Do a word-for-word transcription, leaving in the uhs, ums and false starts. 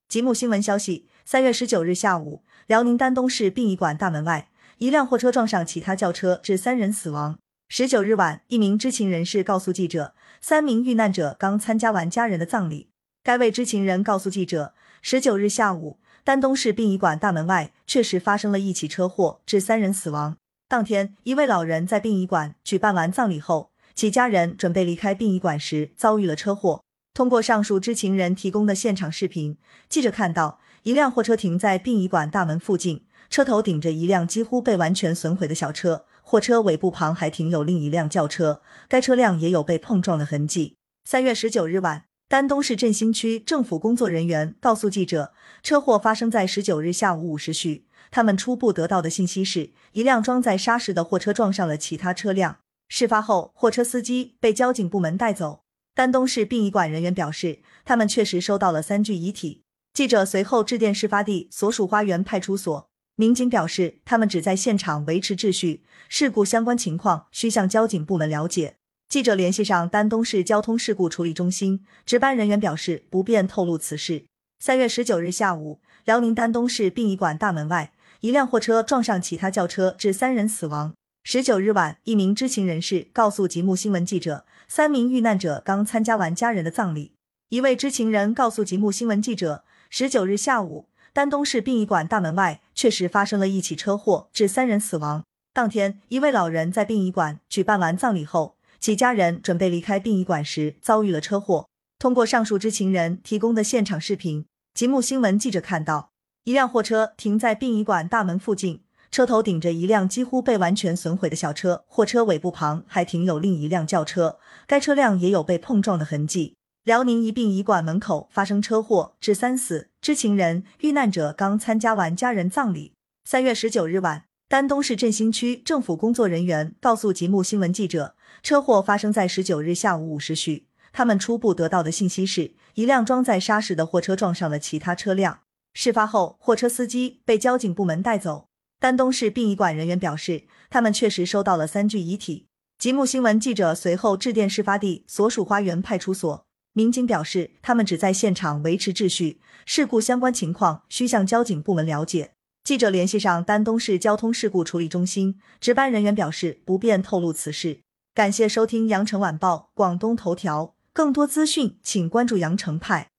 极目新闻消息，三月十九日下午，辽宁丹东市殡仪馆大门外，一辆货车撞上其他轿车，致三人死亡。十九日晚，一名知情人士告诉记者，三名遇难者刚参加完家人的葬礼。该位知情人告诉记者，十九日下午，丹东市殡仪馆大门外确实发生了一起车祸，致三人死亡。当天，一位老人在殡仪馆举办完葬礼后，其家人准备离开殡仪馆时遭遇了车祸。通过上述知情人提供的现场视频，记者看到一辆货车停在殡仪馆大门附近，车头顶着一辆几乎被完全损毁的小车，货车尾部旁还停有另一辆轿车，该车辆也有被碰撞的痕迹。三月十九日晚，丹东市振兴区政府工作人员告诉记者，车祸发生在十九日下午五时许，他们初步得到的信息是，一辆装载砂石的货车撞上了其他车辆。事发后，货车司机被交警部门带走。丹东市殡仪馆人员表示，他们确实收到了三具遗体。记者随后致电事发地所属花园派出所，民警表示，他们只在现场维持秩序，事故相关情况需向交警部门了解。记者联系上丹东市交通事故处理中心，值班人员表示不便透露此事。三月十九日下午，辽宁丹东市殡仪馆大门外，一辆货车撞上其他轿车，致三人死亡。十九日晚，一名知情人士告诉极目新闻记者，三名遇难者刚参加完家人的葬礼。一位知情人告诉极目新闻记者，十九日下午，丹东市殡仪馆大门外确实发生了一起车祸，致三人死亡。当天，一位老人在殡仪馆举办完葬礼后，其家人准备离开殡仪馆时遭遇了车祸。通过上述知情人提供的现场视频，极目新闻记者看到，一辆货车停在殡仪馆大门附近，车头顶着一辆几乎被完全损毁的小车，货车尾部旁还停有另一辆轿车，该车辆也有被碰撞的痕迹。辽宁一殡仪馆门口发生车祸，致三死，知情人、遇难者刚参加完家人葬礼。三月十九日晚，丹东市振兴区政府工作人员告诉极目新闻记者，车祸发生在十九日下午五时许，他们初步得到的信息是，一辆装载砂石的货车撞上了其他车辆。事发后，货车司机被交警部门带走。丹东市殡仪馆人员表示，他们确实收到了三具遗体。极目新闻记者随后致电事发地所属花园派出所，民警表示，他们只在现场维持秩序，事故相关情况需向交警部门了解。记者联系上丹东市交通事故处理中心，值班人员表示不便透露此事。感谢收听羊城晚报广东头条，更多资讯请关注羊城派。